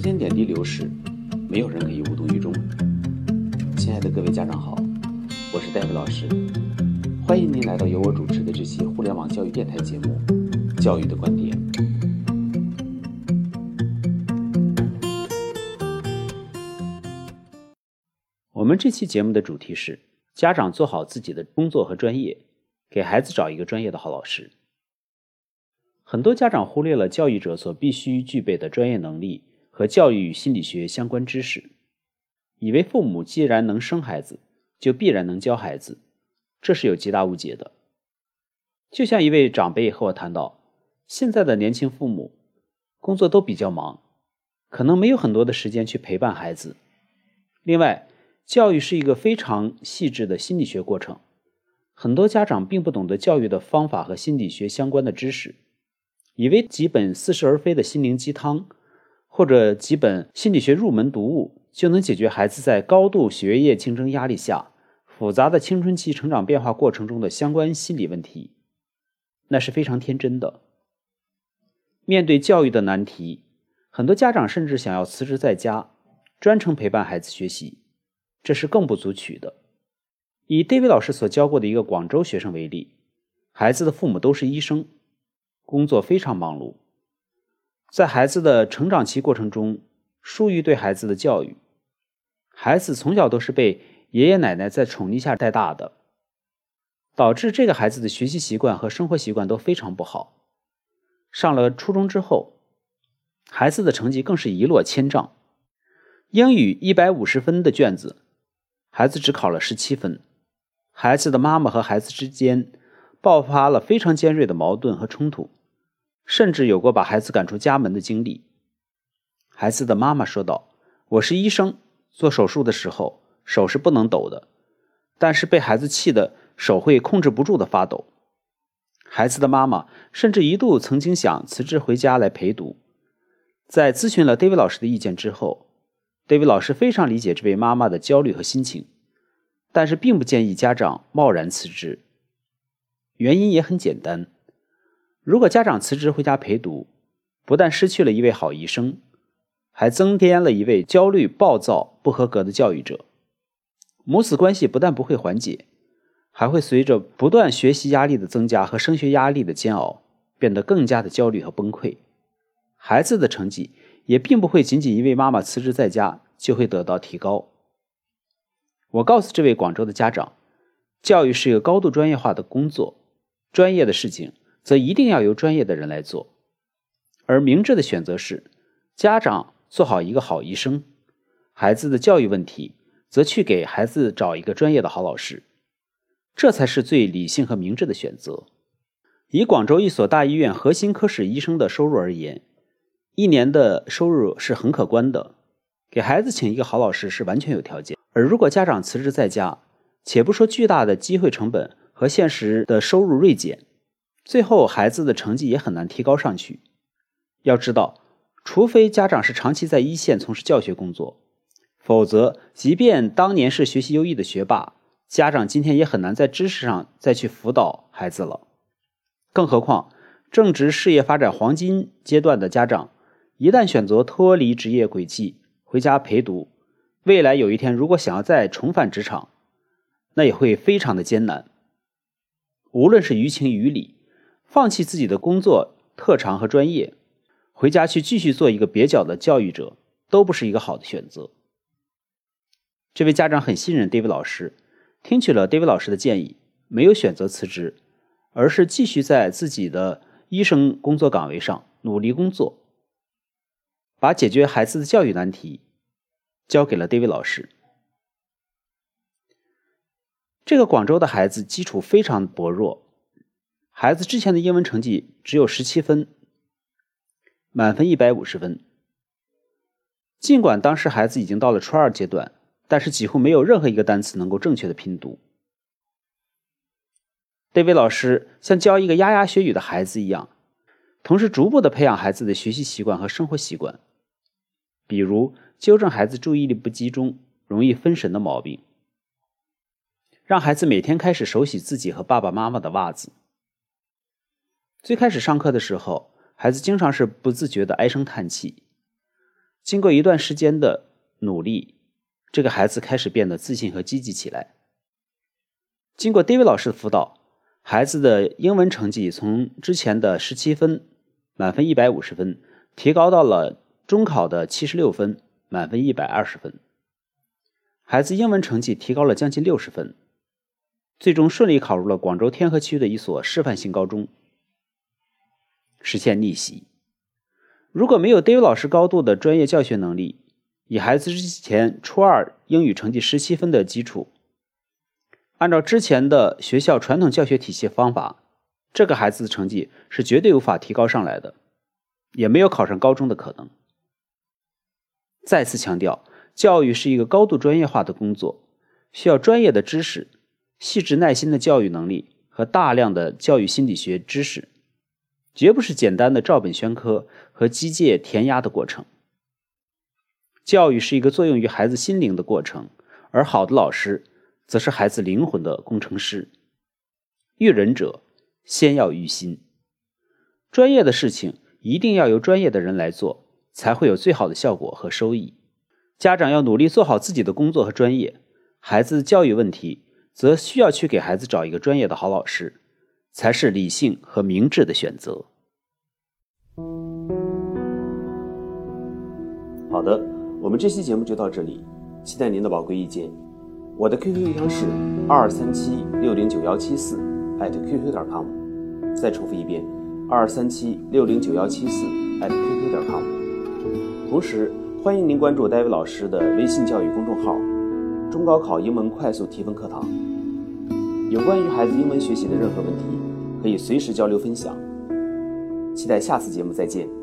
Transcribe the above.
间点滴流逝，没有人可以无动于衷。亲爱的各位家长好，我是戴维老师，欢迎您来到由我主持的这期互联网教育电台节目《教育的观点》。我们这期节目的主题是家长做好自己的工作和专业，给孩子找一个专业的好老师。很多家长忽略了教育者所必须具备的专业能力和教育与心理学相关知识，以为父母既然能生孩子，就必然能教孩子，这是有极大误解的。就像一位长辈和我谈到，现在的年轻父母工作都比较忙，可能没有很多的时间去陪伴孩子。另外，教育是一个非常细致的心理学过程，很多家长并不懂得教育的方法和心理学相关的知识，以为几本似是而非的心灵鸡汤或者几本心理学入门读物就能解决孩子在高度学业竞争压力下复杂的青春期成长变化过程中的相关心理问题，那是非常天真的。面对教育的难题，很多家长甚至想要辞职在家，专程陪伴孩子学习，这是更不足取的。以 David 老师所教过的一个广州学生为例，孩子的父母都是医生，工作非常忙碌，在孩子的成长期过程中疏于对孩子的教育，孩子从小都是被爷爷奶奶在宠溺下带大的，导致这个孩子的学习习惯和生活习惯都非常不好。上了初中之后，孩子的成绩更是一落千丈，英语150分的卷子，孩子只考了17分，孩子的妈妈和孩子之间爆发了非常尖锐的矛盾和冲突，甚至有过把孩子赶出家门的经历。孩子的妈妈说道，我是医生，做手术的时候手是不能抖的，但是被孩子气得手会控制不住的发抖。孩子的妈妈甚至一度曾经想辞职回家来陪读。在咨询了 David 老师的意见之后， David 老师非常理解这位妈妈的焦虑和心情，但是并不建议家长贸然辞职。原因也很简单，如果家长辞职回家陪读，不但失去了一位好医生，还增添了一位焦虑、暴躁、不合格的教育者。母子关系不但不会缓解，还会随着不断学习压力的增加和升学压力的煎熬，变得更加的焦虑和崩溃。孩子的成绩也并不会仅仅因为妈妈辞职在家就会得到提高。我告诉这位广州的家长，教育是一个高度专业化的工作，专业的事情则一定要由专业的人来做，而明智的选择是家长做好一个好医生，孩子的教育问题则去给孩子找一个专业的好老师，这才是最理性和明智的选择。以广州一所大医院核心科室医生的收入而言，一年的收入是很可观的，给孩子请一个好老师是完全有条件。而如果家长辞职在家，且不说巨大的机会成本和现实的收入锐减，最后孩子的成绩也很难提高上去。要知道，除非家长是长期在一线从事教学工作，否则即便当年是学习优异的学霸，家长今天也很难在知识上再去辅导孩子了。更何况正值事业发展黄金阶段的家长，一旦选择脱离职业轨迹回家陪读，未来有一天如果想要再重返职场，那也会非常的艰难。无论是于情于理，放弃自己的工作特长和专业，回家去继续做一个蹩脚的教育者，都不是一个好的选择。这位家长很信任 David 老师，听取了 David 老师的建议，没有选择辞职，而是继续在自己的医生工作岗位上努力工作，把解决孩子的教育难题交给了 David 老师。这个广州的孩子基础非常薄弱，孩子之前的英文成绩只有17分，满分150分。尽管当时孩子已经到了初2阶段，但是几乎没有任何一个单词能够正确的拼读。David 老师像教一个牙牙学语的孩子一样，同时逐步的培养孩子的学习习惯和生活习惯，比如纠正孩子注意力不集中、容易分神的毛病，让孩子每天开始手洗自己和爸爸妈妈的袜子。最开始上课的时候，孩子经常是不自觉的唉声叹气， 经过一段时间的努力，这个孩子开始变得自信和积极起来。经过 David 老师的辅导，孩子的英文成绩从之前的17分，满分150分，提高到了中考的76分，满分120分。孩子英文成绩提高了将近60分，最终顺利考入了广州天河区的一所示范性高中，实现逆袭。如果没有 David 老师高度的专业教学能力，以孩子之前初二英语成绩17分的基础，按照之前的学校传统教学体系方法，这个孩子的成绩是绝对无法提高上来的，也没有考上高中的可能。再次强调，教育是一个高度专业化的工作，需要专业的知识、细致耐心的教育能力和大量的教育心理学知识，绝不是简单的照本宣科和机械填鸭的过程。教育是一个作用于孩子心灵的过程，而好的老师则是孩子灵魂的工程师。育人者先要育心，专业的事情一定要由专业的人来做，才会有最好的效果和收益。家长要努力做好自己的工作和专业，孩子的教育问题则需要去给孩子找一个专业的好老师，才是理性和明智的选择。 好的，我们这期节目就到这里，期待您的宝贵意见。我的 QQ 邮箱是2237609174@qq.com， 再重复一遍2237609174@qq.com。 同时欢迎您关注 David 老师的微信教育公众号中高考英文快速提分课堂，有关于孩子英文学习的任何问题可以随时交流分享。期待下次节目再见。